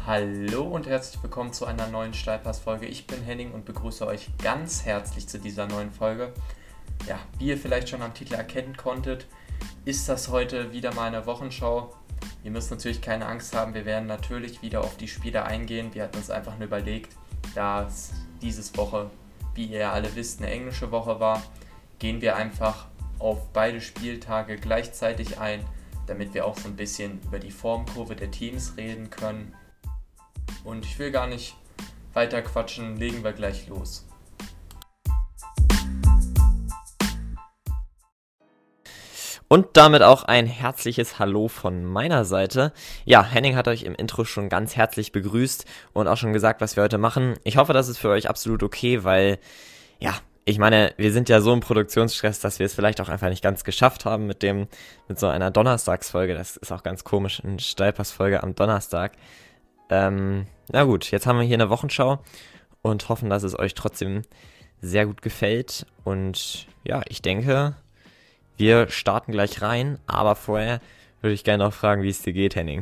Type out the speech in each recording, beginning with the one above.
Hallo und herzlich willkommen zu einer neuen Steilpass-Folge. Ich bin Henning und begrüße euch ganz herzlich zu dieser neuen Folge. Ja, wie ihr vielleicht schon am Titel erkennen konntet, ist das heute wieder mal eine Wochenschau. Ihr müsst natürlich keine Angst haben, wir werden natürlich wieder auf die Spiele eingehen. Wir hatten uns einfach nur überlegt, da es dieses Woche, wie ihr ja alle wisst, eine englische Woche war, gehen wir einfach auf beide Spieltage gleichzeitig ein, damit wir auch so ein bisschen über die Formkurve der Teams reden können. Und ich will gar nicht weiter quatschen, legen wir gleich los. Und damit auch ein herzliches Hallo von meiner Seite. Ja, Henning hat euch im Intro schon ganz herzlich begrüßt und auch schon gesagt, was wir heute machen. Ich hoffe, das ist für euch absolut okay, weil, ja, ich meine, wir sind ja so im Produktionsstress, dass wir es vielleicht auch einfach nicht ganz geschafft haben mit so einer Donnerstagsfolge. Das ist auch ganz komisch, eine Steilpassfolge am Donnerstag. Na gut, jetzt haben wir hier eine Wochenschau und hoffen, dass es euch trotzdem sehr gut gefällt. Und ja, ich denke, wir starten gleich rein, aber vorher würde ich gerne noch fragen, wie es dir geht, Henning.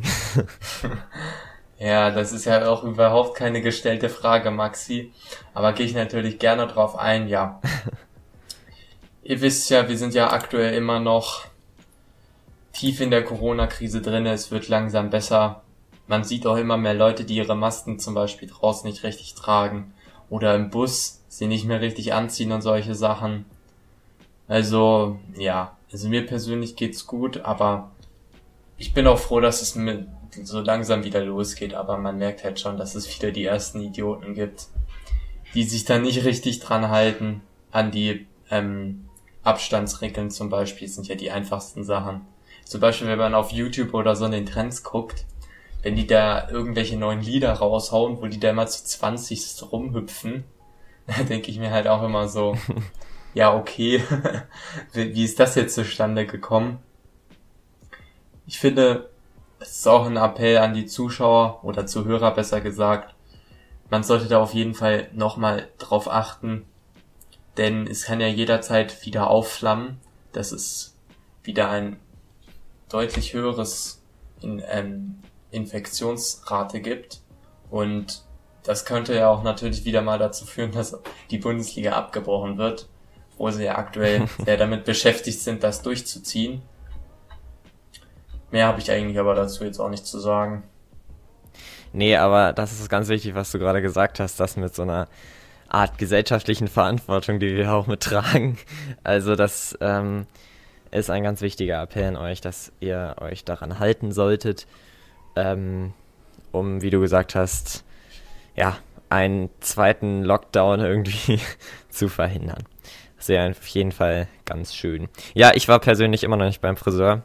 Ja, das ist ja auch überhaupt keine gestellte Frage, Maxi. Aber gehe ich natürlich gerne drauf ein, ja. Ihr wisst ja, wir sind ja aktuell immer noch tief in der Corona-Krise drin. Es wird langsam besser. Man sieht auch immer mehr Leute, die ihre Masken zum Beispiel draußen nicht richtig tragen. Oder im Bus sie nicht mehr richtig anziehen und solche Sachen. Also, ja. Also mir persönlich geht's gut, aber ich bin auch froh, dass es mit so langsam wieder losgeht. Aber man merkt halt schon, dass es wieder die ersten Idioten gibt, die sich da nicht richtig dran halten. An die Abstandsregeln zum Beispiel sind ja die einfachsten Sachen. Zum Beispiel, wenn man auf YouTube oder so in den Trends guckt, wenn die da irgendwelche neuen Lieder raushauen, wo die da immer zu 20 rumhüpfen, da denke ich mir halt auch immer so, ja okay, wie ist das jetzt zustande gekommen? Ich finde, es ist auch ein Appell an die Zuschauer oder Zuhörer besser gesagt, man sollte da auf jeden Fall nochmal drauf achten, denn es kann ja jederzeit wieder aufflammen, dass es wieder ein deutlich höheres Infektionsrate gibt und das könnte ja auch natürlich wieder mal dazu führen, dass die Bundesliga abgebrochen wird, wo sie ja aktuell sehr damit beschäftigt sind, das durchzuziehen. Mehr habe ich eigentlich aber dazu jetzt auch nicht zu sagen. Nee, aber das ist ganz wichtig, was du gerade gesagt hast, das mit so einer Art gesellschaftlichen Verantwortung, die wir auch mittragen. Also das ist ein ganz wichtiger Appell an euch, dass ihr euch daran halten solltet, um, wie du gesagt hast, ja, einen zweiten Lockdown irgendwie zu verhindern. Das wäre auf jeden Fall ganz schön. Ja, ich war persönlich immer noch nicht beim Friseur.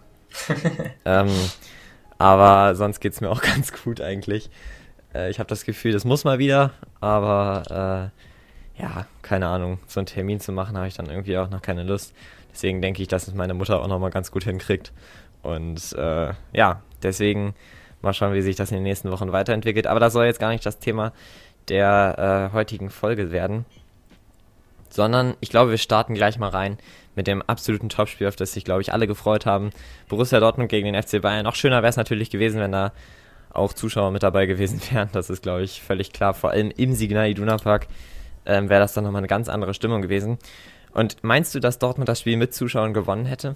Aber sonst geht's mir auch ganz gut eigentlich. Ich habe das Gefühl, das muss mal wieder, aber ja, keine Ahnung, so einen Termin zu machen, habe ich dann irgendwie auch noch keine Lust. Deswegen denke ich, dass es meine Mutter auch nochmal ganz gut hinkriegt. Und ja, deswegen mal schauen, wie sich das in den nächsten Wochen weiterentwickelt. Aber das soll jetzt gar nicht das Thema der heutigen Folge werden. Sondern ich glaube, wir starten gleich mal rein mit dem absoluten Topspiel, auf das sich, glaube ich, alle gefreut haben. Borussia Dortmund gegen den FC Bayern. Noch schöner wäre es natürlich gewesen, wenn da auch Zuschauer mit dabei gewesen wären. Das ist, glaube ich, völlig klar. Vor allem im Signal Iduna Park wäre das dann nochmal eine ganz andere Stimmung gewesen. Und meinst du, dass Dortmund das Spiel mit Zuschauern gewonnen hätte?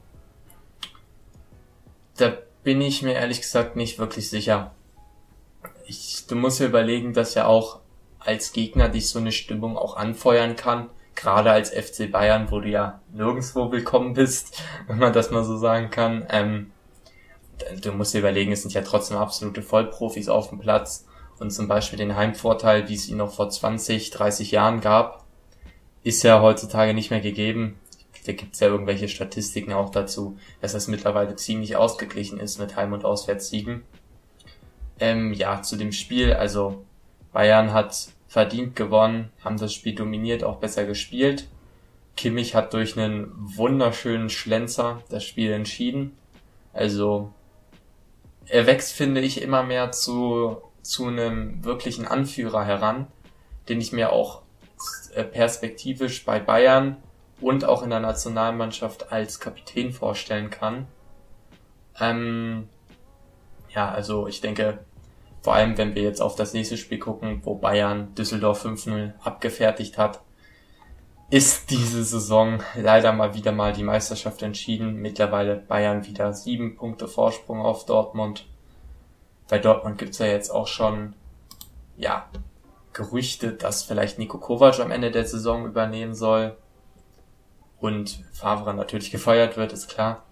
Da bin ich mir ehrlich gesagt nicht wirklich sicher. Du musst dir überlegen, dass ja auch als Gegner dich so eine Stimmung auch anfeuern kann. Gerade als FC Bayern, wo du ja nirgendwo willkommen bist, wenn man das mal so sagen kann. Du musst dir überlegen, es sind ja trotzdem absolute Vollprofis auf dem Platz. Und zum Beispiel den Heimvorteil, wie es ihn noch vor 20, 30 Jahren gab, ist ja heutzutage nicht mehr gegeben. Da gibt's ja irgendwelche Statistiken auch dazu, dass das mittlerweile ziemlich ausgeglichen ist mit Heim- und Auswärtssiegen. Ja, zu dem Spiel, also Bayern hat verdient gewonnen, haben das Spiel dominiert, auch besser gespielt. Kimmich hat durch einen wunderschönen Schlenzer das Spiel entschieden. Also er wächst, finde ich, immer mehr zu einem wirklichen Anführer heran, den ich mir auch perspektivisch bei Bayern und auch in der Nationalmannschaft als Kapitän vorstellen kann. Ja, also ich denke, Vor allem, wenn wir jetzt auf das nächste Spiel gucken, wo Bayern Düsseldorf 5-0 abgefertigt hat, ist diese Saison leider mal die Meisterschaft entschieden. Mittlerweile Bayern wieder 7 Punkte Vorsprung auf Dortmund. Bei Dortmund gibt's ja jetzt auch schon, Gerüchte, dass vielleicht Niko Kovac am Ende der Saison übernehmen soll. Und Favre natürlich gefeuert wird, ist klar.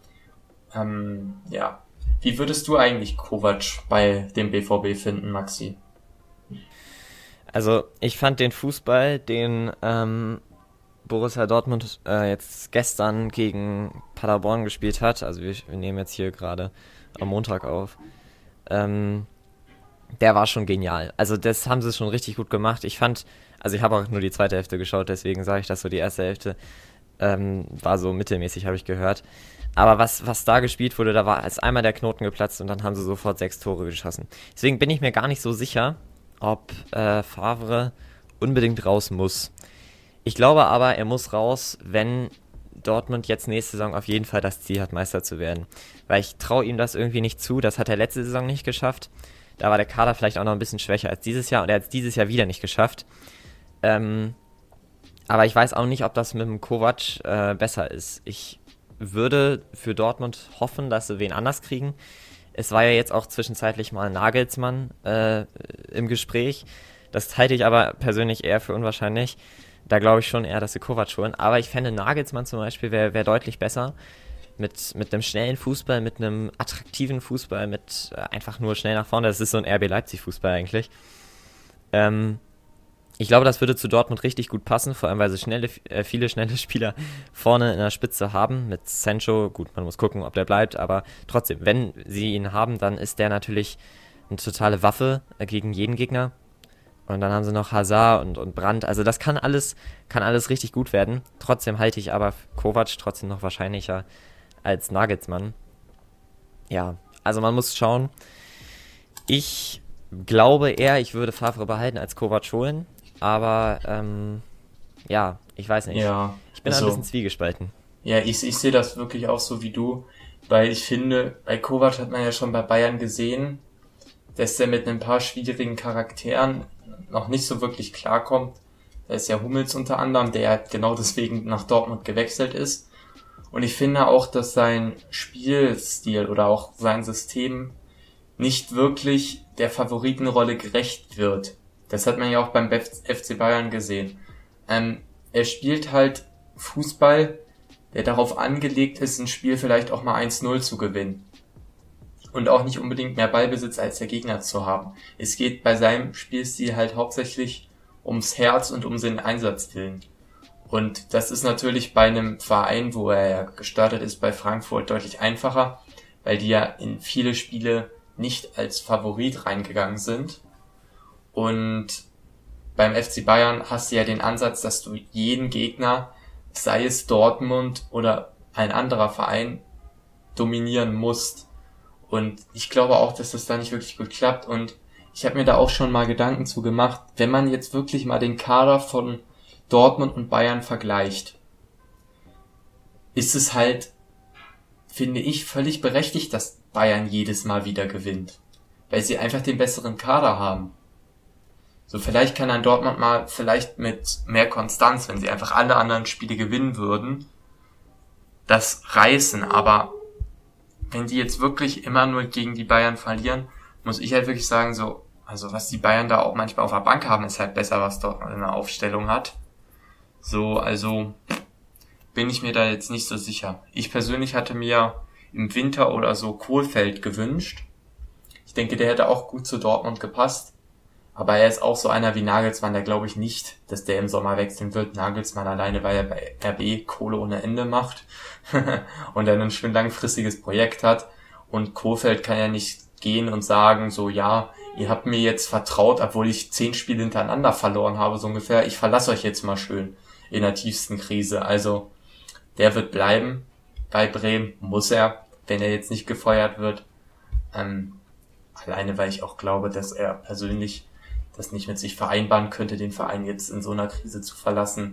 Wie würdest du eigentlich Kovac bei dem BVB finden, Maxi? Also ich fand den Fußball, den Borussia Dortmund jetzt gestern gegen Paderborn gespielt hat, also wir nehmen jetzt hier gerade am Montag auf, der war schon genial. Also das haben sie schon richtig gut gemacht. Ich habe auch nur die zweite Hälfte geschaut, deswegen sage ich das so, die erste Hälfte war so mittelmäßig, habe ich gehört. Aber was da gespielt wurde, da war als einmal der Knoten geplatzt und dann haben sie sofort 6 Tore geschossen. Deswegen bin ich mir gar nicht so sicher, ob Favre unbedingt raus muss. Ich glaube aber, er muss raus, wenn Dortmund jetzt nächste Saison auf jeden Fall das Ziel hat, Meister zu werden. Weil ich traue ihm das irgendwie nicht zu. Das hat er letzte Saison nicht geschafft. Da war der Kader vielleicht auch noch ein bisschen schwächer als dieses Jahr und er hat es dieses Jahr wieder nicht geschafft. Aber ich weiß auch nicht, ob das mit dem Kovac besser ist. Ich würde für Dortmund hoffen, dass sie wen anders kriegen. Es war ja jetzt auch zwischenzeitlich mal Nagelsmann im Gespräch. Das halte ich aber persönlich eher für unwahrscheinlich. Da glaube ich schon eher, dass sie Kovac holen. Aber ich fände Nagelsmann zum Beispiel wäre deutlich besser. Mit einem schnellen Fußball, mit einem attraktiven Fußball, mit einfach nur schnell nach vorne. Das ist so ein RB Leipzig-Fußball eigentlich. Ich glaube, das würde zu Dortmund richtig gut passen, vor allem weil sie viele schnelle Spieler vorne in der Spitze haben. Mit Sancho, gut, man muss gucken, ob der bleibt, aber trotzdem, wenn sie ihn haben, dann ist der natürlich eine totale Waffe gegen jeden Gegner. Und dann haben sie noch Hazard und Brandt. Also das kann alles richtig gut werden. Trotzdem halte ich aber Kovac trotzdem noch wahrscheinlicher als Nagelsmann. Ja, also man muss schauen. Ich glaube eher, ich würde Favre behalten als Kovac holen. Aber, ich weiß nicht. Ja, ich bin ein bisschen zwiegespalten. Ja, ich sehe das wirklich auch so wie du, weil ich finde, bei Kovac hat man ja schon bei Bayern gesehen, dass er mit ein paar schwierigen Charakteren noch nicht so wirklich klarkommt. Da ist ja Hummels unter anderem, der genau deswegen nach Dortmund gewechselt ist. Und ich finde auch, dass sein Spielstil oder auch sein System nicht wirklich der Favoritenrolle gerecht wird. Das hat man ja auch beim FC Bayern gesehen. Er spielt halt Fußball, der darauf angelegt ist, ein Spiel vielleicht auch mal 1-0 zu gewinnen. Und auch nicht unbedingt mehr Ballbesitz als der Gegner zu haben. Es geht bei seinem Spielstil halt hauptsächlich ums Herz und um seinen Einsatzwillen. Und das ist natürlich bei einem Verein, wo er ja gestartet ist, bei Frankfurt deutlich einfacher, weil die ja in viele Spiele nicht als Favorit reingegangen sind. Und beim FC Bayern hast du ja den Ansatz, dass du jeden Gegner, sei es Dortmund oder ein anderer Verein, dominieren musst. Und ich glaube auch, dass das da nicht wirklich gut klappt. Und ich habe mir da auch schon mal Gedanken zu gemacht, wenn man jetzt wirklich mal den Kader von Dortmund und Bayern vergleicht, ist es halt, finde ich, völlig berechtigt, dass Bayern jedes Mal wieder gewinnt. Weil sie einfach den besseren Kader haben. So, vielleicht kann dann Dortmund mal vielleicht mit mehr Konstanz, wenn sie einfach alle anderen Spiele gewinnen würden, das reißen. Aber wenn die jetzt wirklich immer nur gegen die Bayern verlieren, muss ich halt wirklich sagen, so, also was die Bayern da auch manchmal auf der Bank haben, ist halt besser, was Dortmund in der Aufstellung hat. So, also bin ich mir da jetzt nicht so sicher. Ich persönlich hatte mir im Winter oder so Kohlfeld gewünscht. Ich denke, der hätte auch gut zu Dortmund gepasst. Aber er ist auch so einer wie Nagelsmann, der glaube ich nicht, dass der im Sommer wechseln wird. Nagelsmann alleine, weil er bei RB Kohle ohne Ende macht und dann ein schön langfristiges Projekt hat. Und Kohlfeld kann ja nicht gehen und sagen, so, ja, ihr habt mir jetzt vertraut, obwohl ich 10 Spiele hintereinander verloren habe, so ungefähr. Ich verlasse euch jetzt mal schön in der tiefsten Krise. Also, der wird bleiben. Bei Bremen muss er, wenn er jetzt nicht gefeuert wird. Alleine, weil ich auch glaube, dass er persönlich das nicht mit sich vereinbaren könnte, den Verein jetzt in so einer Krise zu verlassen.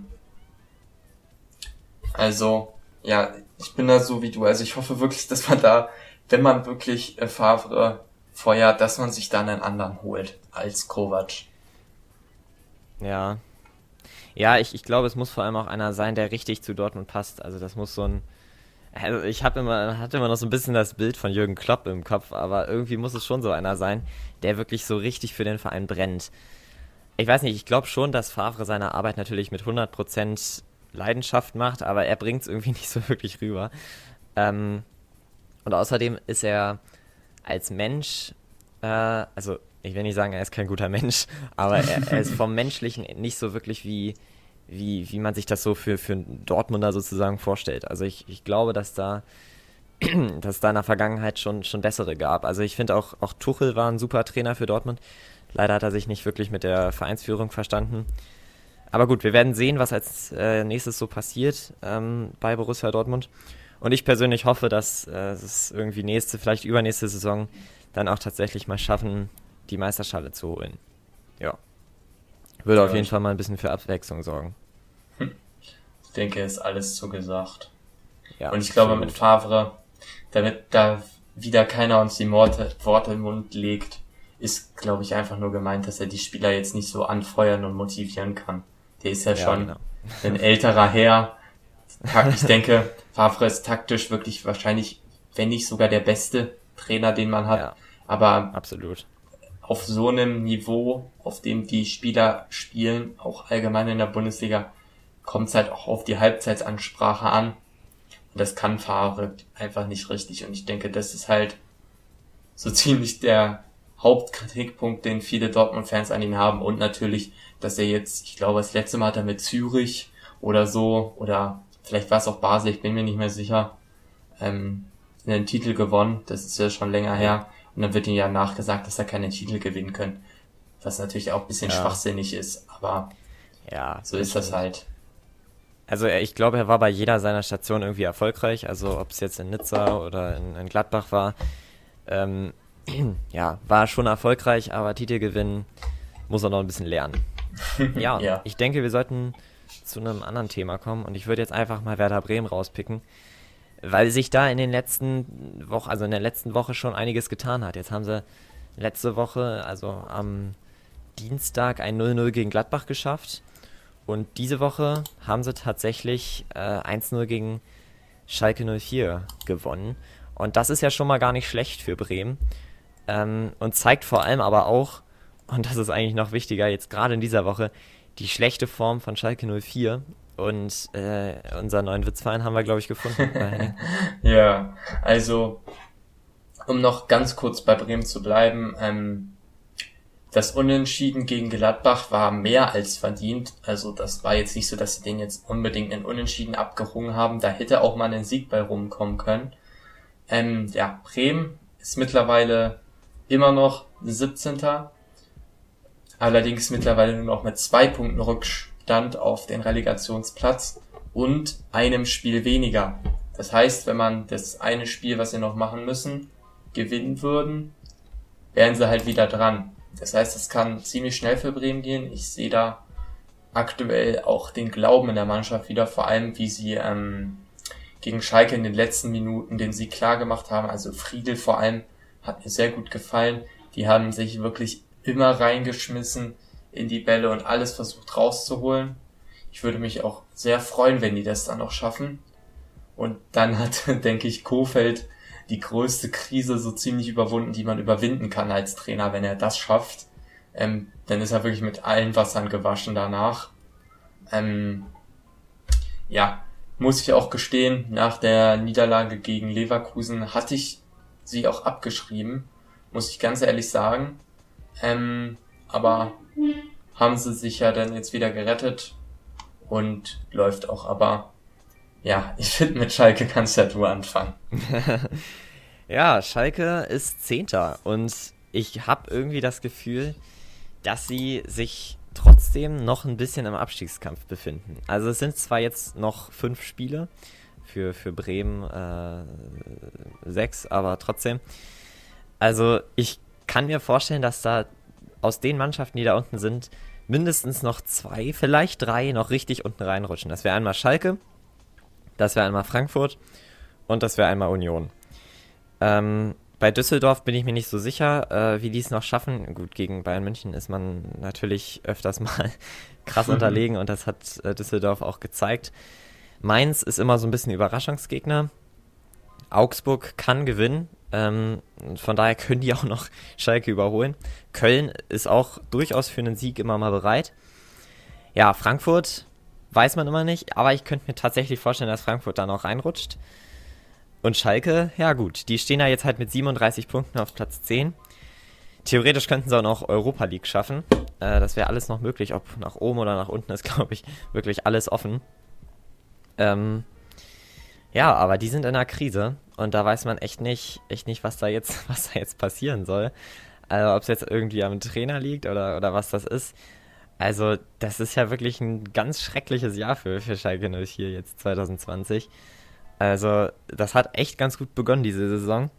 Also, ja, ich bin da so wie du. Also ich hoffe wirklich, dass man da, wenn man wirklich Favre Feuer, dass man sich dann einen anderen holt als Kovac. Ja. Ja, ich glaube, es muss vor allem auch einer sein, der richtig zu Dortmund passt. Also das muss so ein. Also hatte immer noch so ein bisschen das Bild von Jürgen Klopp im Kopf, aber irgendwie muss es schon so einer sein, der wirklich so richtig für den Verein brennt. Ich weiß nicht, ich glaube schon, dass Favre seine Arbeit natürlich mit 100% Leidenschaft macht, aber er bringt es irgendwie nicht so wirklich rüber. Ähm, und außerdem ist er als Mensch, also ich will nicht sagen, er ist kein guter Mensch, aber er ist vom Menschlichen nicht so wirklich wie man sich das so für einen Dortmunder sozusagen vorstellt. Also ich glaube, dass es da in der Vergangenheit schon bessere gab. Also ich finde auch Tuchel war ein super Trainer für Dortmund. Leider hat er sich nicht wirklich mit der Vereinsführung verstanden. Aber gut, wir werden sehen, was als nächstes so passiert bei Borussia Dortmund. Und ich persönlich hoffe, dass es irgendwie vielleicht übernächste Saison dann auch tatsächlich mal schaffen, die Meisterschale zu holen. Ja. Würde auf jeden Fall mal ein bisschen für Abwechslung sorgen. Ich denke, ist alles zugesagt. Ja, und ich glaube, mit Favre, damit da wieder keiner uns die Worte im Mund legt, ist, glaube ich, einfach nur gemeint, dass er die Spieler jetzt nicht so anfeuern und motivieren kann. Der ist ja schon ein älterer Herr. Ich denke, Favre ist taktisch wirklich wahrscheinlich, wenn nicht sogar der beste Trainer, den man hat. Ja, aber absolut. Auf so einem Niveau, auf dem die Spieler spielen, auch allgemein in der Bundesliga, kommt es halt auch auf die Halbzeitansprache an. Und das kann Favre einfach nicht richtig. Und ich denke, das ist halt so ziemlich der Hauptkritikpunkt, den viele Dortmund-Fans an ihm haben. Und natürlich, dass er jetzt, ich glaube, das letzte Mal hat er mit Zürich oder so, oder vielleicht war es auch Basel, ich bin mir nicht mehr sicher, einen Titel gewonnen. Das ist ja schon länger her. Und dann wird ihm ja nachgesagt, dass er keinen Titel gewinnen kann. Was natürlich auch ein bisschen schwachsinnig ist. Aber so ist das halt. Also ich glaube, er war bei jeder seiner Stationen irgendwie erfolgreich. Also ob es jetzt in Nizza oder in Gladbach war. War schon erfolgreich, aber Titel gewinnen muss er noch ein bisschen lernen. Ja. Ich denke, wir sollten zu einem anderen Thema kommen. Und ich würde jetzt einfach mal Werder Bremen rauspicken. Weil sich da in der letzten Woche schon einiges getan hat. Jetzt haben sie letzte Woche, also am Dienstag, ein 0-0 gegen Gladbach geschafft. Und diese Woche haben sie tatsächlich 1-0 gegen Schalke 04 gewonnen. Und das ist ja schon mal gar nicht schlecht für Bremen. Und zeigt vor allem aber auch, und das ist eigentlich noch wichtiger, jetzt gerade in dieser Woche, die schlechte Form von Schalke 04. Und unseren neuen Witzverein haben wir, glaube ich, gefunden. Ja, also um noch ganz kurz bei Bremen zu bleiben, das Unentschieden gegen Gladbach war mehr als verdient. Also das war jetzt nicht so, dass sie den jetzt unbedingt einen Unentschieden abgerungen haben. Da hätte auch mal ein Sieg bei rumkommen können. Bremen ist mittlerweile immer noch 17. Allerdings mittlerweile nur noch mit 2 Punkten Rückstand auf den Relegationsplatz und einem Spiel weniger. Das heißt, wenn man das eine Spiel, was sie noch machen müssen, gewinnen würden, wären sie halt wieder dran. Das heißt, es kann ziemlich schnell für Bremen gehen. Ich sehe da aktuell auch den Glauben in der Mannschaft wieder, vor allem wie sie gegen Schalke in den letzten Minuten den Sieg klar gemacht haben. Also Friedel vor allem hat mir sehr gut gefallen. Die haben sich wirklich immer reingeschmissen in die Bälle und alles versucht rauszuholen. Ich würde mich auch sehr freuen, wenn die das dann noch schaffen. Und dann hat, denke ich, Kohfeldt die größte Krise so ziemlich überwunden, die man überwinden kann als Trainer, wenn er das schafft. Dann ist er wirklich mit allen Wassern gewaschen danach. Muss ich auch gestehen, nach der Niederlage gegen Leverkusen hatte ich sie auch abgeschrieben, muss ich ganz ehrlich sagen. Aber haben sie sich ja dann jetzt wieder gerettet und läuft auch, aber ja, ich finde, mit Schalke kannst ja du anfangen. Ja, Schalke ist 10. und ich habe irgendwie das Gefühl, dass sie sich trotzdem noch ein bisschen im Abstiegskampf befinden. Also es sind zwar jetzt noch 5 Spiele, für Bremen 6, aber trotzdem. Also ich kann mir vorstellen, dass da aus den Mannschaften, die da unten sind, mindestens noch 2, vielleicht 3 noch richtig unten reinrutschen. Das wäre einmal Schalke, das wäre einmal Frankfurt und das wäre einmal Union. Bei Düsseldorf bin ich mir nicht so sicher, wie die es noch schaffen. Gut, gegen Bayern München ist man natürlich öfters mal krass unterlegen und das hat Düsseldorf auch gezeigt. Mainz ist immer so ein bisschen Überraschungsgegner. Augsburg kann gewinnen. Von daher können die auch noch Schalke überholen. Köln ist auch durchaus für einen Sieg immer mal bereit. Ja, Frankfurt weiß man immer nicht, aber ich könnte mir tatsächlich vorstellen, dass Frankfurt da noch reinrutscht. Und Schalke, ja gut, die stehen da jetzt halt mit 37 Punkten auf Platz 10. Theoretisch könnten sie auch noch Europa League schaffen. Das wäre alles noch möglich, ob nach oben oder nach unten ist, glaube ich, wirklich alles offen. Ja, aber die sind in einer Krise und da weiß man echt nicht, was da jetzt passieren soll. Also ob es jetzt irgendwie am Trainer liegt oder was das ist. Also das ist ja wirklich ein ganz schreckliches Jahr für Schalke 04 jetzt 2020. Also das hat echt ganz gut begonnen, diese Saison.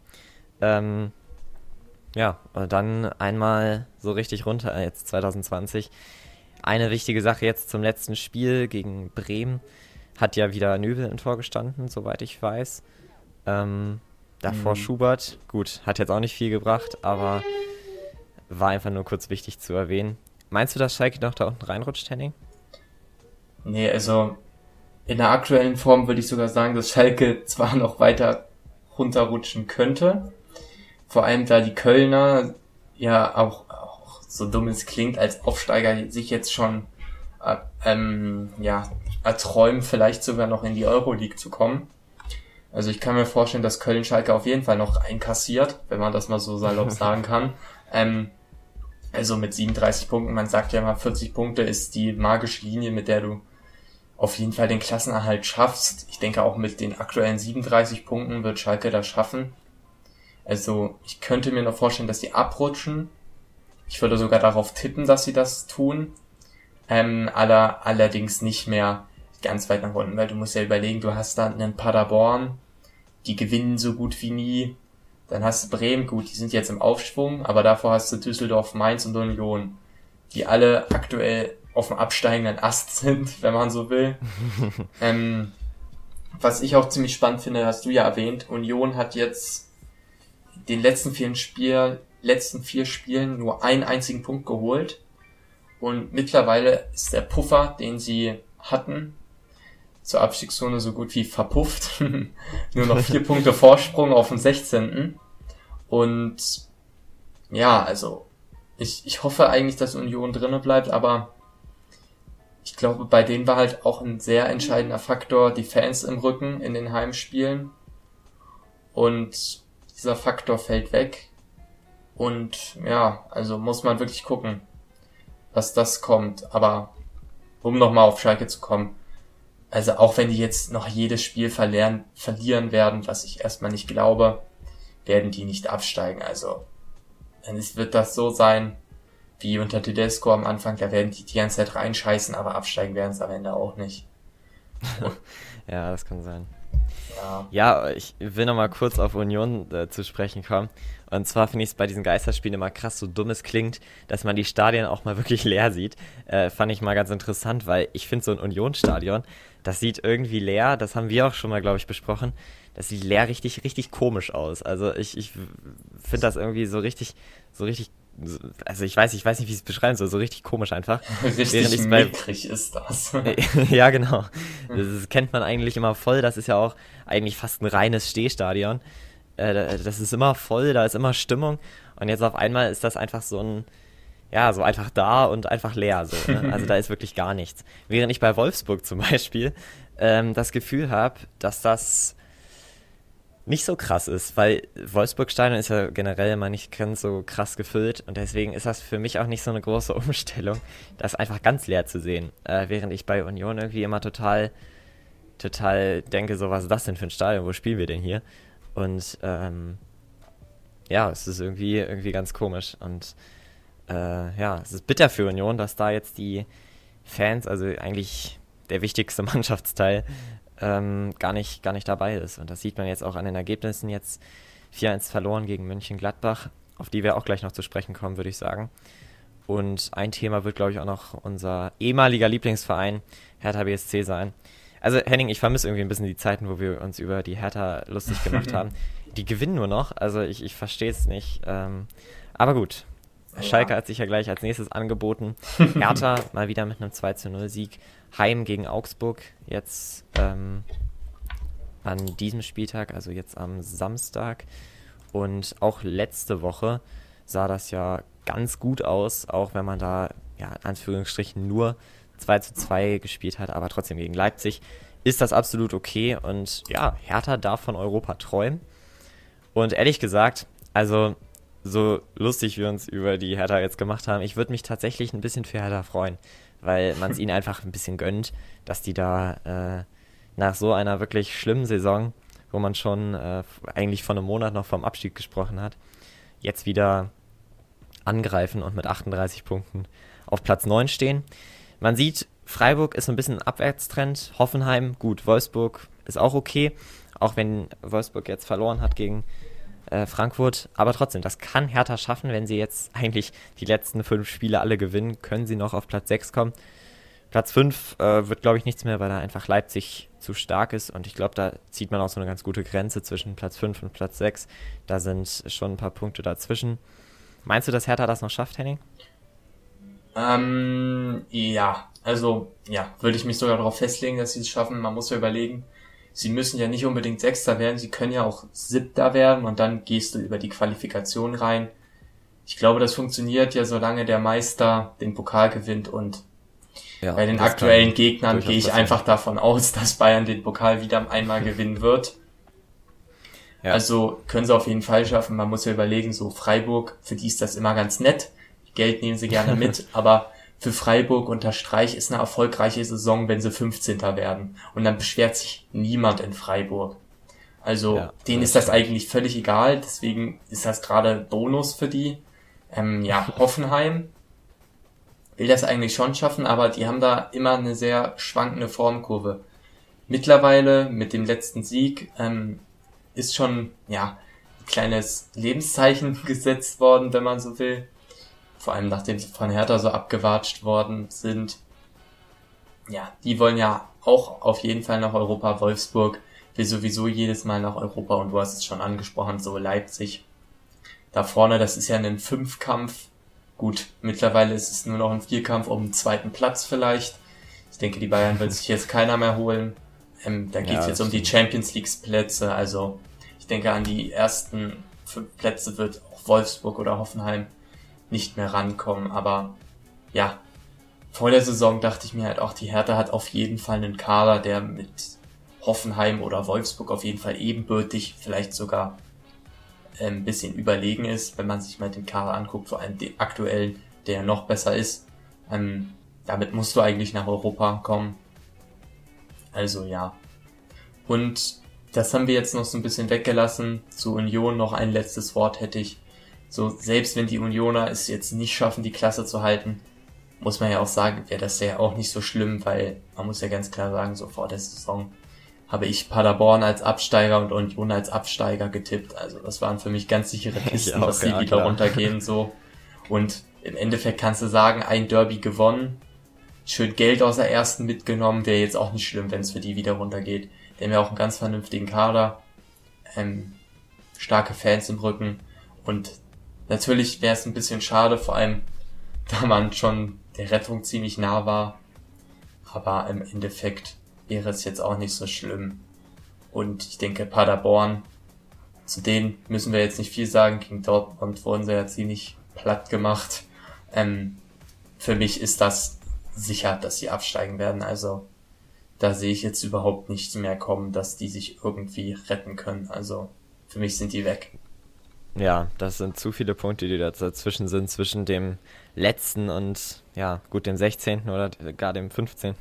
Ja, und dann einmal so richtig runter jetzt 2020. Eine wichtige Sache jetzt zum letzten Spiel gegen Bremen. Hat ja wieder Nübel im Tor gestanden, soweit ich weiß. Davor Schubert. Gut, hat jetzt auch nicht viel gebracht, aber war einfach nur kurz wichtig zu erwähnen. Meinst du, dass Schalke noch da unten reinrutscht, Henning? Nee, also in der aktuellen Form würde ich sogar sagen, dass Schalke zwar noch weiter runterrutschen könnte. Vor allem, da die Kölner ja auch so dumm es klingt, als Aufsteiger sich jetzt schon erträumen, vielleicht sogar noch in die Euroleague zu kommen. Also ich kann mir vorstellen, dass Köln Schalke auf jeden Fall noch einkassiert, wenn man das mal so salopp sagen kann. Also mit 37 Punkten, man sagt ja mal 40 Punkte ist die magische Linie, mit der du auf jeden Fall den Klassenerhalt schaffst. Ich denke auch mit den aktuellen 37 Punkten wird Schalke das schaffen. Also ich könnte mir noch vorstellen, dass die abrutschen. Ich würde sogar darauf tippen, dass sie das tun. Allerdings nicht mehr ganz weit nach unten, weil du musst ja überlegen, du hast da einen Paderborn, die gewinnen so gut wie nie. Dann hast du Bremen, gut, die sind jetzt im Aufschwung, aber davor hast du Düsseldorf, Mainz und Union, die alle aktuell auf dem absteigenden Ast sind, wenn man so will. Was ich auch ziemlich spannend finde, hast du ja erwähnt, Union hat jetzt den letzten 4 Spielen nur einen einzigen Punkt geholt. Und mittlerweile ist der Puffer, den sie hatten, zur Abstiegszone so gut wie verpufft. Nur noch 4 Punkte Vorsprung auf dem 16. Und ja, also ich hoffe eigentlich, dass Union drinne bleibt, aber ich glaube, bei denen war halt auch ein sehr entscheidender Faktor die Fans im Rücken in den Heimspielen. Und dieser Faktor fällt weg. Und ja, also muss man wirklich gucken, was das kommt. Aber um nochmal auf Schalke zu kommen, also auch wenn die jetzt noch jedes Spiel verlieren werden, was ich erstmal nicht glaube, werden die nicht absteigen. Also es wird das so sein, wie unter Tedesco am Anfang, da werden die ganze Zeit reinscheißen, aber absteigen werden es am Ende auch nicht. Ja, das kann sein. Ja, Ja, ich will nochmal kurz auf Union zu sprechen kommen. Und zwar finde ich es bei diesen Geisterspielen immer krass, so dumm es klingt, dass man die Stadien auch mal wirklich leer sieht. Fand ich mal ganz interessant, weil ich finde so ein Unionsstadion, das sieht irgendwie leer, das haben wir auch schon mal, glaube ich, besprochen, das sieht leer richtig, richtig komisch aus. Also ich finde das irgendwie so richtig, also ich weiß nicht, wie ich es beschreiben soll, so richtig komisch einfach. richtig mickrig ist das. Ja, genau. Das kennt man eigentlich immer voll, das ist ja auch eigentlich fast ein reines Stehstadion. Das ist immer voll, da ist immer Stimmung und jetzt auf einmal ist das einfach so einfach da und einfach leer. So, ne? Also da ist wirklich gar nichts. Während ich bei Wolfsburg zum Beispiel das Gefühl habe, dass das nicht so krass ist, weil Wolfsburg-Stadion ist ja generell immer nicht ganz so krass gefüllt und deswegen ist das für mich auch nicht so eine große Umstellung, das einfach ganz leer zu sehen. Während ich bei Union irgendwie immer total denke, so was ist das denn für ein Stadion, wo spielen wir denn hier? Und es ist irgendwie ganz komisch und es ist bitter für Union, dass da jetzt die Fans, also eigentlich der wichtigste Mannschaftsteil, gar nicht dabei ist. Und das sieht man jetzt auch an den Ergebnissen jetzt. 4-1 verloren gegen Mönchengladbach, auf die wir auch gleich noch zu sprechen kommen, würde ich sagen. Und ein Thema wird, glaube ich, auch noch unser ehemaliger Lieblingsverein Hertha BSC sein. Also Henning, ich vermisse irgendwie ein bisschen die Zeiten, wo wir uns über die Hertha lustig gemacht haben. die gewinnen nur noch. Also ich verstehe es nicht. Aber gut. Schalke hat sich ja gleich als nächstes angeboten. Hertha mal wieder mit einem 2-0-Sieg. Heim gegen Augsburg. Jetzt an diesem Spieltag, also jetzt am Samstag. Und auch letzte Woche sah das ja ganz gut aus, auch wenn man da, ja, in Anführungsstrichen nur 2-2 gespielt hat, aber trotzdem gegen Leipzig ist das absolut okay. Und ja, Hertha darf von Europa träumen. Und ehrlich gesagt, also so lustig wir uns über die Hertha jetzt gemacht haben, ich würde mich tatsächlich ein bisschen für Hertha freuen, weil man es ihnen einfach ein bisschen gönnt, dass die da nach so einer wirklich schlimmen Saison, wo man schon eigentlich vor einem Monat noch vom Abstieg gesprochen hat, jetzt wieder angreifen und mit 38 Punkten auf Platz 9 stehen. Man sieht, Freiburg ist so ein bisschen ein Abwärtstrend, Hoffenheim, gut, Wolfsburg ist auch okay, auch wenn Wolfsburg jetzt verloren hat gegen Frankfurt, aber trotzdem, das kann Hertha schaffen, wenn sie jetzt eigentlich die letzten 5 Spiele alle gewinnen, können sie noch auf Platz 6 kommen. Platz 5 wird, glaube ich, nichts mehr, weil da einfach Leipzig zu stark ist und ich glaube, da zieht man auch so eine ganz gute Grenze zwischen Platz 5 und Platz 6. Da sind schon ein paar Punkte dazwischen. Meinst du, dass Hertha das noch schafft, Henning? Ja, also, ja, würde ich mich sogar darauf festlegen, dass sie es schaffen. Man muss ja überlegen, sie müssen ja nicht unbedingt Sechster werden, sie können ja auch Siebter werden und dann gehst du über die Qualifikation rein. Ich glaube, das funktioniert ja, solange der Meister den Pokal gewinnt und ja, bei den aktuellen Gegnern gehe ich einfach davon aus, dass Bayern den Pokal wieder einmal gewinnen wird. Ja. Also können sie auf jeden Fall schaffen. Man muss ja überlegen, so Freiburg, für die ist das immer ganz nett. Geld nehmen sie gerne mit, aber für Freiburg unter Streich ist eine erfolgreiche Saison, wenn sie 15. werden. Und dann beschwert sich niemand in Freiburg. Also ja, denen ist das eigentlich völlig egal, deswegen ist das gerade Bonus für die. Hoffenheim will das eigentlich schon schaffen, aber die haben da immer eine sehr schwankende Formkurve. Mittlerweile mit dem letzten Sieg ist schon ein kleines Lebenszeichen gesetzt worden, wenn man so will. Vor allem nachdem sie von Hertha so abgewatscht worden sind. Ja, die wollen ja auch auf jeden Fall nach Europa. Wolfsburg will sowieso jedes Mal nach Europa und du hast es schon angesprochen, so Leipzig. Da vorne, das ist ja ein Fünfkampf. Gut, mittlerweile ist es nur noch ein Vierkampf um den zweiten Platz vielleicht. Ich denke, die Bayern will sich jetzt keiner mehr holen. Da geht es jetzt um die Champions League Plätze. Also ich denke, an die ersten 5 Plätze wird auch Wolfsburg oder Hoffenheim nicht mehr rankommen. Aber ja, vor der Saison dachte ich mir halt auch, die Hertha hat auf jeden Fall einen Kader, der mit Hoffenheim oder Wolfsburg auf jeden Fall ebenbürtig, vielleicht sogar ein bisschen überlegen ist, wenn man sich mal den Kader anguckt, vor allem den aktuellen, der noch besser ist. Damit musst du eigentlich nach Europa kommen. Also ja. Und das haben wir jetzt noch so ein bisschen weggelassen. Zu Union noch ein letztes Wort hätte ich. So, selbst wenn die Unioner es jetzt nicht schaffen, die Klasse zu halten, muss man ja auch sagen, wäre das ja auch nicht so schlimm, weil man muss ja ganz klar sagen, so vor der Saison habe ich Paderborn als Absteiger und Union als Absteiger getippt. Also das waren für mich ganz sichere Kisten, dass die wieder runtergehen so. Und im Endeffekt kannst du sagen, ein Derby gewonnen, schön Geld aus der ersten mitgenommen, wäre jetzt auch nicht schlimm, wenn es für die wieder runtergeht. Die haben ja auch einen ganz vernünftigen Kader, starke Fans im Rücken und natürlich wäre es ein bisschen schade, vor allem da man schon der Rettung ziemlich nah war, aber im Endeffekt wäre es jetzt auch nicht so schlimm. Und ich denke, Paderborn, zu denen müssen wir jetzt nicht viel sagen. Gegen Dortmund wurden sie ja ziemlich platt gemacht. Für mich ist das sicher, dass sie absteigen werden. Also da sehe ich jetzt überhaupt nichts mehr kommen, dass die sich irgendwie retten können. Also für mich sind die weg. Ja, das sind zu viele Punkte, die dazwischen sind, zwischen dem letzten und dem 16. oder gar dem 15.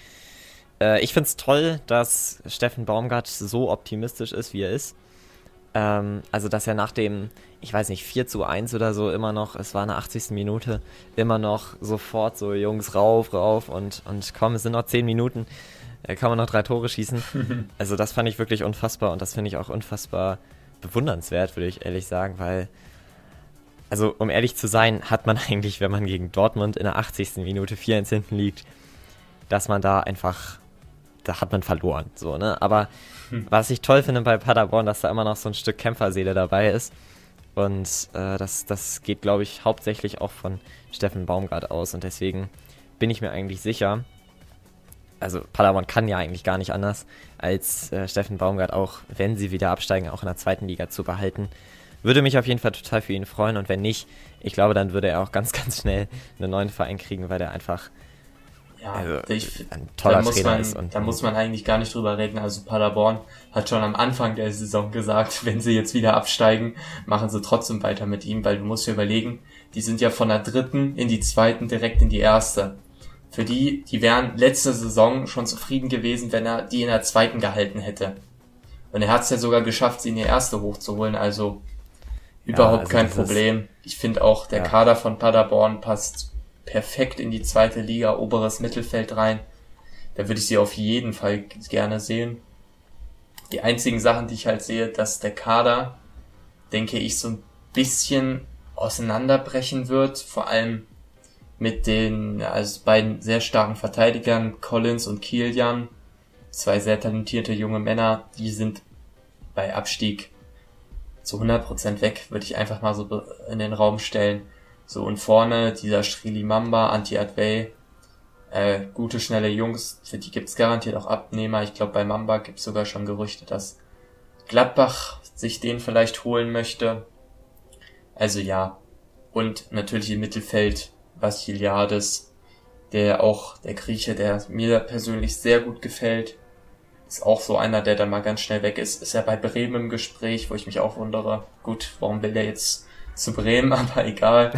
Ich find's toll, dass Steffen Baumgart so optimistisch ist, wie er ist. Also, dass er nach dem, 4:1 oder so immer noch, es war eine 80. Minute, immer noch sofort so, Jungs, rauf und komm, es sind noch 10 Minuten, kann man noch 3 Tore schießen. Also, das fand ich wirklich unfassbar und das finde ich auch unfassbar bewundernswert, würde ich ehrlich sagen, weil, also, um ehrlich zu sein, hat man eigentlich, wenn man gegen Dortmund in der 80. Minute 4-1 hinten liegt, dass man da einfach da hat man verloren, so, ne? Aber was ich toll finde bei Paderborn, dass da immer noch so ein Stück Kämpferseele dabei ist. Und das geht, glaube ich, hauptsächlich auch von Steffen Baumgart aus. Und deswegen bin ich mir eigentlich sicher, also Paderborn kann ja eigentlich gar nicht anders, als Steffen Baumgart auch, wenn sie wieder absteigen, auch in der zweiten Liga zu behalten. Würde mich auf jeden Fall total für ihn freuen. Und wenn nicht, ich glaube, dann würde er auch ganz, ganz schnell einen neuen Verein kriegen, weil der einfach ein toller Trainer ist. Und da muss man eigentlich gar nicht drüber reden. Also Paderborn hat schon am Anfang der Saison gesagt, wenn sie jetzt wieder absteigen, machen sie trotzdem weiter mit ihm, weil du musst dir überlegen, die sind ja von der dritten in die zweiten direkt in die erste. Für die wären letzte Saison schon zufrieden gewesen, wenn er die in der zweiten gehalten hätte. Und er hat es ja sogar geschafft, sie in die erste hochzuholen, also überhaupt kein Problem. Ich finde auch, der Kader von Paderborn passt perfekt in die zweite Liga, oberes Mittelfeld rein. Da würde ich sie auf jeden Fall gerne sehen. Die einzigen Sachen, die ich halt sehe, dass der Kader, denke ich, so ein bisschen auseinanderbrechen wird, vor allem mit den beiden sehr starken Verteidigern, Collins und Kilian, 2 sehr talentierte junge Männer, die sind bei Abstieg zu 100% weg, würde ich einfach mal so in den Raum stellen. So, und vorne dieser Strili Mamba, Anti Advey, gute, schnelle Jungs, für die gibt's garantiert auch Abnehmer. Ich glaube, bei Mamba gibt's sogar schon Gerüchte, dass Gladbach sich den vielleicht holen möchte. Also ja, und natürlich im Mittelfeld Vassiliadis, der Grieche, der mir persönlich sehr gut gefällt. Ist auch so einer, der dann mal ganz schnell weg ist. Ist ja bei Bremen im Gespräch, wo ich mich auch wundere, gut, warum will der jetzt zu Bremen, aber egal.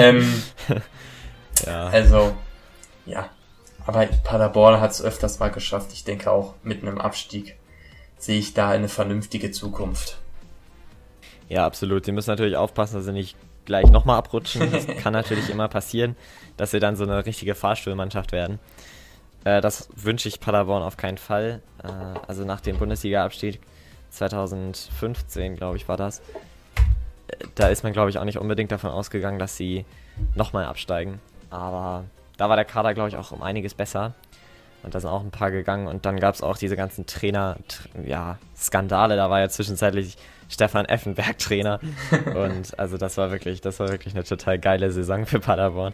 Also, ja. Aber Paderborn hat es öfters mal geschafft. Ich denke auch mit einem Abstieg sehe ich da eine vernünftige Zukunft. Ja, absolut. Sie müssen natürlich aufpassen, dass sie nicht gleich nochmal abrutschen. Das kann natürlich immer passieren, dass sie dann so eine richtige Fahrstuhlmannschaft werden. Das wünsche ich Paderborn auf keinen Fall. Also nach dem Bundesliga-Abstieg 2015, glaube ich, war das. Da ist man, glaube ich, auch nicht unbedingt davon ausgegangen, dass sie nochmal absteigen. Aber da war der Kader, glaube ich, auch um einiges besser. Und da sind auch ein paar gegangen. Und dann gab es auch diese ganzen Skandale. Da war ja zwischenzeitlich Stefan Effenberg Trainer. Und also das war wirklich eine total geile Saison für Paderborn.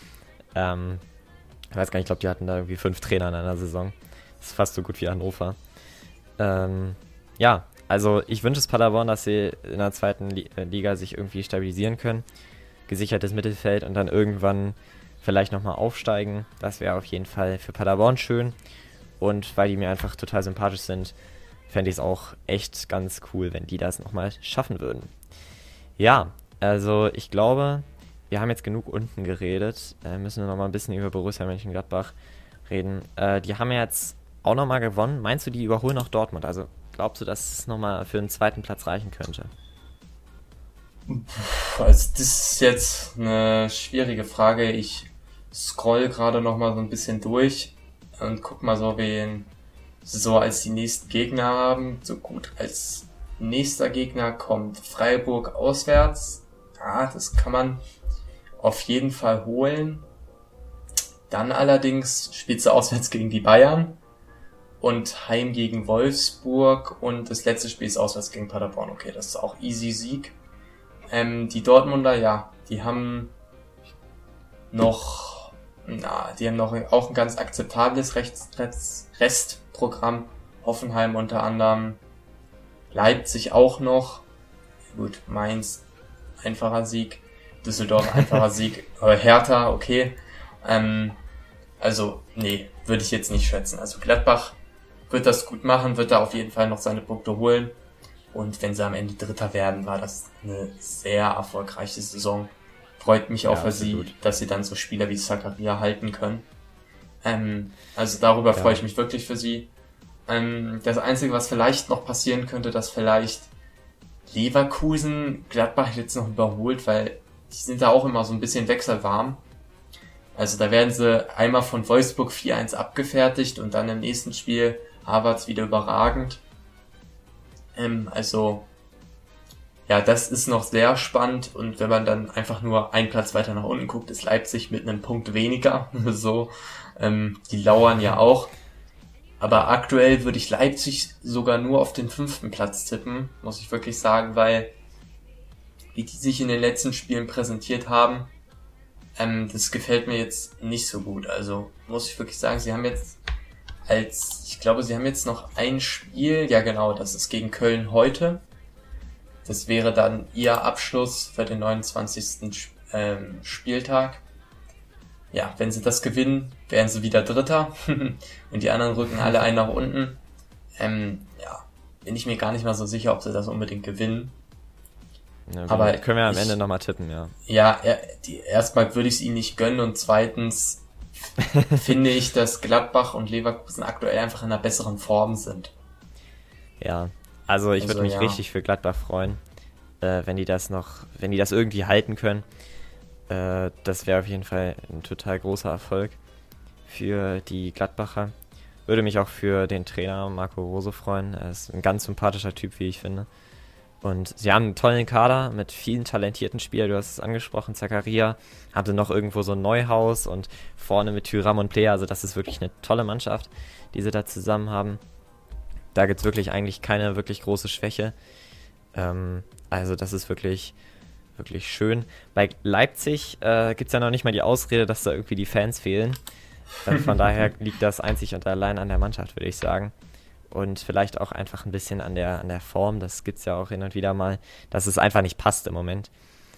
Ich weiß gar nicht, ich glaube, die hatten da irgendwie 5 Trainer in einer Saison. Das ist fast so gut wie Hannover. Also ich wünsche es Paderborn, dass sie in der zweiten Liga sich irgendwie stabilisieren können. Gesichertes Mittelfeld und dann irgendwann vielleicht nochmal aufsteigen. Das wäre auf jeden Fall für Paderborn schön. Und weil die mir einfach total sympathisch sind, fände ich es auch echt ganz cool, wenn die das nochmal schaffen würden. Ja, also ich glaube, wir haben jetzt genug unten geredet. Müssen wir nochmal ein bisschen über Borussia Mönchengladbach reden. Die haben ja jetzt auch nochmal gewonnen. Meinst du, die überholen noch Dortmund? Also glaubst du, dass es nochmal für einen zweiten Platz reichen könnte? Also das ist jetzt eine schwierige Frage. Ich scroll gerade nochmal so ein bisschen durch und guck mal so, wen so als die nächsten Gegner haben. So gut, als nächster Gegner kommt Freiburg auswärts. Ja, das kann man auf jeden Fall holen. Dann allerdings spielst du auswärts gegen die Bayern und heim gegen Wolfsburg und das letzte Spiel ist auswärts gegen Paderborn. Okay, das ist auch easy Sieg. Die Dortmunder, ja, die haben noch auch ein ganz akzeptables Restprogramm. Hoffenheim unter anderem, Leipzig auch noch. Gut, Mainz, einfacher Sieg. Düsseldorf, einfacher Sieg. Aber Hertha, okay. Also, nee, würde ich jetzt nicht schätzen. Also Gladbach wird das gut machen, wird da auf jeden Fall noch seine Punkte holen. Und wenn sie am Ende Dritter werden, war das eine sehr erfolgreiche Saison. Freut mich auch für sie, dass sie dann so Spieler wie Zakaria halten können. Also darüber freue ich mich wirklich für sie. Das Einzige, was vielleicht noch passieren könnte, dass vielleicht Leverkusen Gladbach jetzt noch überholt, weil die sind da auch immer so ein bisschen wechselwarm. Also da werden sie einmal von Wolfsburg 4-1 abgefertigt und dann im nächsten Spiel Havertz wieder überragend. Also ja, das ist noch sehr spannend und wenn man dann einfach nur einen Platz weiter nach unten guckt, ist Leipzig mit einem Punkt weniger. So, die lauern ja auch. Aber aktuell würde ich Leipzig sogar nur auf den 5. Platz tippen, muss ich wirklich sagen, weil wie die sich in den letzten Spielen präsentiert haben, das gefällt mir jetzt nicht so gut. Also muss ich wirklich sagen, sie haben jetzt noch ein Spiel, ja genau, das ist gegen Köln heute. Das wäre dann ihr Abschluss für den 29. Spieltag. Ja, wenn sie das gewinnen, wären sie wieder Dritter und die anderen rücken alle einen nach unten. Ja, bin ich mir gar nicht mal so sicher, ob sie das unbedingt gewinnen. Ja, Aber können wir am Ende nochmal tippen, ja. Ja, erstmal würde ich es ihnen nicht gönnen und zweitens finde ich, dass Gladbach und Leverkusen aktuell einfach in einer besseren Form sind. Ja, also ich würde mich richtig für Gladbach freuen, wenn die das irgendwie halten können. Das wäre auf jeden Fall ein total großer Erfolg für die Gladbacher. Würde mich auch für den Trainer Marco Rose freuen. Er ist ein ganz sympathischer Typ, wie ich finde. Und sie haben einen tollen Kader mit vielen talentierten Spielern. Du hast es angesprochen, Zakaria. Haben sie noch irgendwo so ein Neuhaus und vorne mit Thuram und Player. Also das ist wirklich eine tolle Mannschaft, die sie da zusammen haben. Da gibt es wirklich eigentlich keine wirklich große Schwäche. Also das ist wirklich, wirklich schön. Bei Leipzig gibt es ja noch nicht mal die Ausrede, dass da irgendwie die Fans fehlen. Von daher liegt das einzig und allein an der Mannschaft, würde ich sagen. Und vielleicht auch einfach ein bisschen an der Form. Das gibt es ja auch hin und wieder mal, dass es einfach nicht passt im Moment.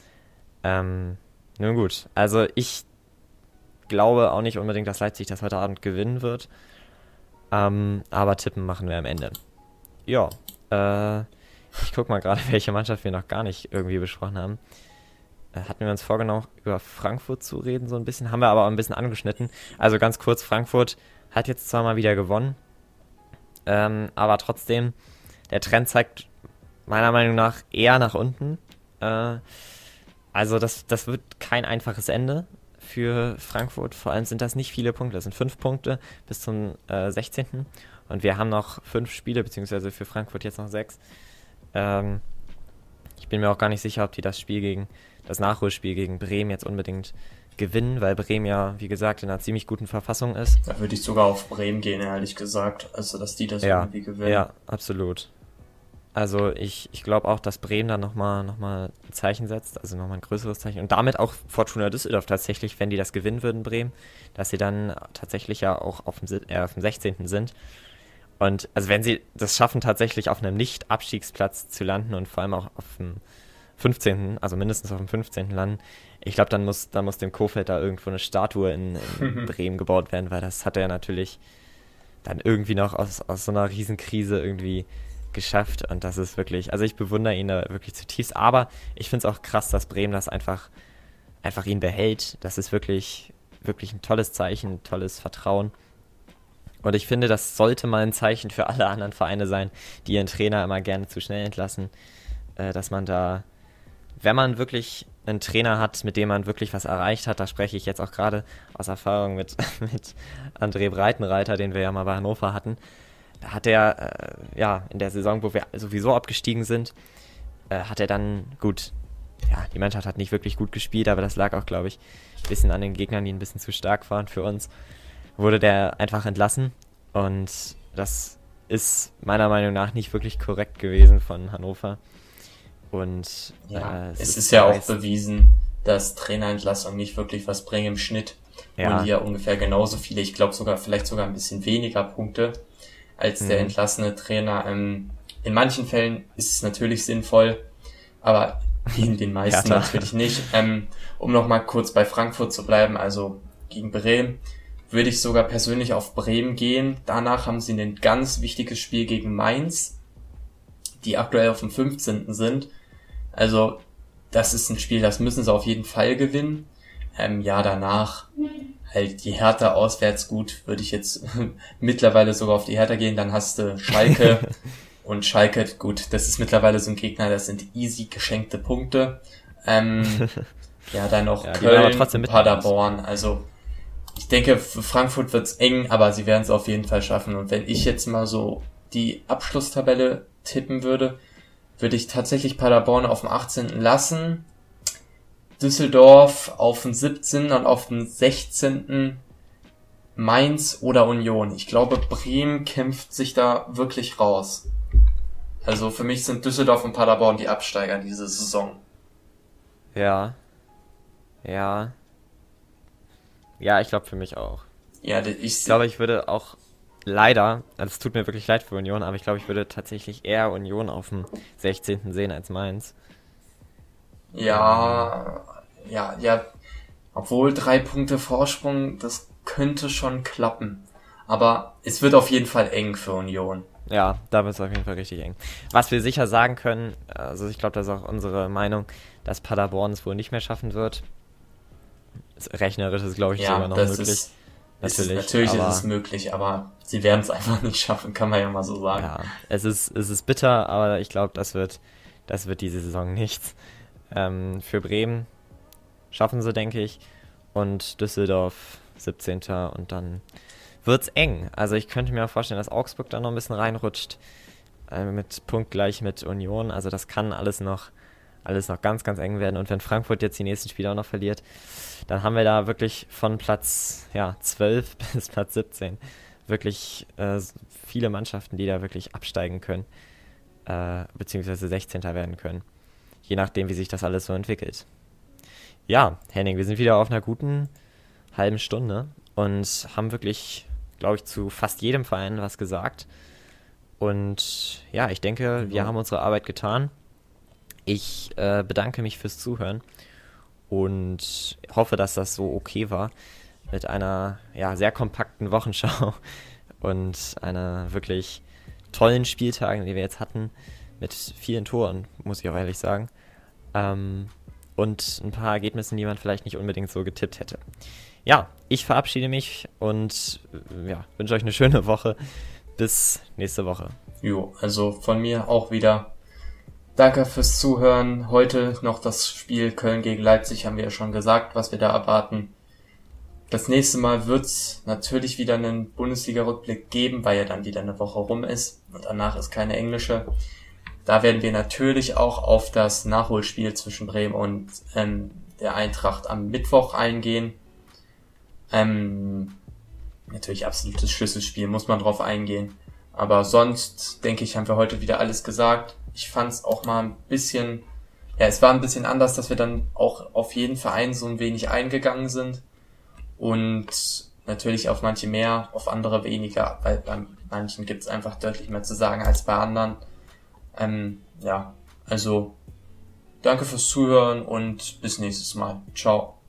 Nun gut, also ich glaube auch nicht unbedingt, dass Leipzig das heute Abend gewinnen wird. Aber tippen machen wir am Ende. Ja, ich gucke mal gerade, welche Mannschaft wir noch gar nicht irgendwie besprochen haben. Hatten wir uns vorgenommen, über Frankfurt zu reden, so ein bisschen. Haben wir aber auch ein bisschen angeschnitten. Also ganz kurz, Frankfurt hat jetzt zwar mal wieder gewonnen, aber trotzdem, der Trend zeigt meiner Meinung nach eher nach unten. Also das wird kein einfaches Ende für Frankfurt. Vor allem sind das nicht viele Punkte. Das sind 5 Punkte bis zum 16. Und wir haben noch 5 Spiele, beziehungsweise für Frankfurt jetzt noch 6. Ich bin mir auch gar nicht sicher, ob die das Nachholspiel gegen Bremen jetzt unbedingt gewinnen, weil Bremen ja, wie gesagt, in einer ziemlich guten Verfassung ist. Da würde ich sogar auf Bremen gehen, ehrlich gesagt. Also, dass die das irgendwie gewinnen. Ja, absolut. Also, ich glaube auch, dass Bremen da nochmal ein Zeichen setzt, also nochmal ein größeres Zeichen. Und damit auch Fortuna Düsseldorf tatsächlich, wenn die das gewinnen würden, Bremen, dass sie dann tatsächlich ja auch auf dem 16. sind. Und also wenn sie das schaffen, tatsächlich auf einem Nicht-Abstiegsplatz zu landen und vor allem auch auf dem 15., also mindestens auf dem 15. landen, ich glaube, dann muss dem Kohfeldt da irgendwo eine Statue in Bremen gebaut werden, weil das hat er natürlich dann irgendwie noch aus so einer Riesenkrise irgendwie geschafft und das ist wirklich, also ich bewundere ihn da wirklich zutiefst, aber ich finde es auch krass, dass Bremen das einfach ihn behält. Das ist wirklich, wirklich ein tolles Zeichen, ein tolles Vertrauen. Und ich finde, das sollte mal ein Zeichen für alle anderen Vereine sein, die ihren Trainer immer gerne zu schnell entlassen, dass man da, wenn man wirklich einen Trainer hat, mit dem man wirklich was erreicht hat, da spreche ich jetzt auch gerade aus Erfahrung mit André Breitenreiter, den wir ja mal bei Hannover hatten, da hat er, in der Saison, wo wir sowieso abgestiegen sind, hat er dann, gut, ja, die Mannschaft hat nicht wirklich gut gespielt, aber das lag auch, glaube ich, ein bisschen an den Gegnern, die ein bisschen zu stark waren für uns, wurde der einfach entlassen und das ist meiner Meinung nach nicht wirklich korrekt gewesen von Hannover. Und es ist ja auch bewiesen, dass Trainerentlassungen nicht wirklich was bringen im Schnitt. Und ja ungefähr genauso viele, ich glaube vielleicht sogar ein bisschen weniger Punkte als der entlassene Trainer. In manchen Fällen ist es natürlich sinnvoll, aber in den meisten natürlich nicht. Um nochmal kurz bei Frankfurt zu bleiben, also gegen Bremen, würde ich sogar persönlich auf Bremen gehen. Danach haben sie ein ganz wichtiges Spiel gegen Mainz, die aktuell auf dem 15. sind. Also das ist ein Spiel, das müssen sie auf jeden Fall gewinnen. Danach halt die Hertha auswärts, gut, würde ich jetzt mittlerweile sogar auf die Hertha gehen. Dann hast du Schalke und Schalke, gut, das ist mittlerweile so ein Gegner, das sind easy geschenkte Punkte. Dann noch Köln, Paderborn, also ich denke, für Frankfurt wird's eng, aber sie werden es auf jeden Fall schaffen. Und wenn ich jetzt mal so die Abschlusstabelle tippen würde ich tatsächlich Paderborn auf dem 18. lassen, Düsseldorf auf dem 17. und auf dem 16. Mainz oder Union. Ich glaube, Bremen kämpft sich da wirklich raus. Also für mich sind Düsseldorf und Paderborn die Absteiger diese Saison. Ja. Ja. Ja, ich glaube für mich auch. Ja, Ich glaube, ich würde auch leider, also es tut mir wirklich leid für Union, aber ich glaube, ich würde tatsächlich eher Union auf dem 16. sehen als Mainz. ja, ja, obwohl 3 Punkte Vorsprung, das könnte schon klappen. Aber es wird auf jeden Fall eng für Union. Ja, da wird es auf jeden Fall richtig eng. Was wir sicher sagen können, also ich glaube, das ist auch unsere Meinung, dass Paderborn es wohl nicht mehr schaffen wird. Rechnerisch ist, glaube ich, Ja, sogar noch das möglich. natürlich ist aber es möglich, aber sie werden es einfach nicht schaffen, kann man ja mal so sagen. ja, es ist bitter, aber ich glaube, das wird diese Saison nichts. Für Bremen schaffen sie, denke ich. Und Düsseldorf 17. Und dann wird's eng. Also ich könnte mir auch vorstellen, dass Augsburg da noch ein bisschen reinrutscht. Mit punktgleich mit Union. Also das kann alles noch ganz, ganz eng werden. Und wenn Frankfurt jetzt die nächsten Spiele auch noch verliert, dann haben wir da wirklich von Platz 12 bis Platz 17 wirklich viele Mannschaften, die da wirklich absteigen können, beziehungsweise 16. werden können. Je nachdem, wie sich das alles so entwickelt. Ja, Henning, wir sind wieder auf einer guten halben Stunde und haben wirklich, glaube ich, zu fast jedem Verein was gesagt. Und ja, ich denke, wir haben unsere Arbeit getan. Ich bedanke mich fürs Zuhören und hoffe, dass das so okay war mit einer sehr kompakten Wochenschau und einer wirklich tollen Spieltagen, die wir jetzt hatten, mit vielen Toren, muss ich auch ehrlich sagen. Und ein paar Ergebnissen, die man vielleicht nicht unbedingt so getippt hätte. Ja, ich verabschiede mich und wünsche euch eine schöne Woche. Bis nächste Woche. Jo, also von mir auch wieder danke fürs Zuhören. Heute noch das Spiel Köln gegen Leipzig, haben wir ja schon gesagt, was wir da erwarten. Das nächste Mal wird's natürlich wieder einen Bundesliga-Rückblick geben, weil ja dann wieder eine Woche rum ist und danach ist keine englische. Da werden wir natürlich auch auf das Nachholspiel zwischen Bremen und der Eintracht am Mittwoch eingehen. Natürlich absolutes Schlüsselspiel, muss man drauf eingehen. Aber sonst, denke ich, haben wir heute wieder alles gesagt. Ich fand es auch mal ein bisschen, es war ein bisschen anders, dass wir dann auch auf jeden Verein so ein wenig eingegangen sind. Und natürlich auf manche mehr, auf andere weniger, weil bei manchen gibt es einfach deutlich mehr zu sagen als bei anderen. Also danke fürs Zuhören und bis nächstes Mal. Ciao.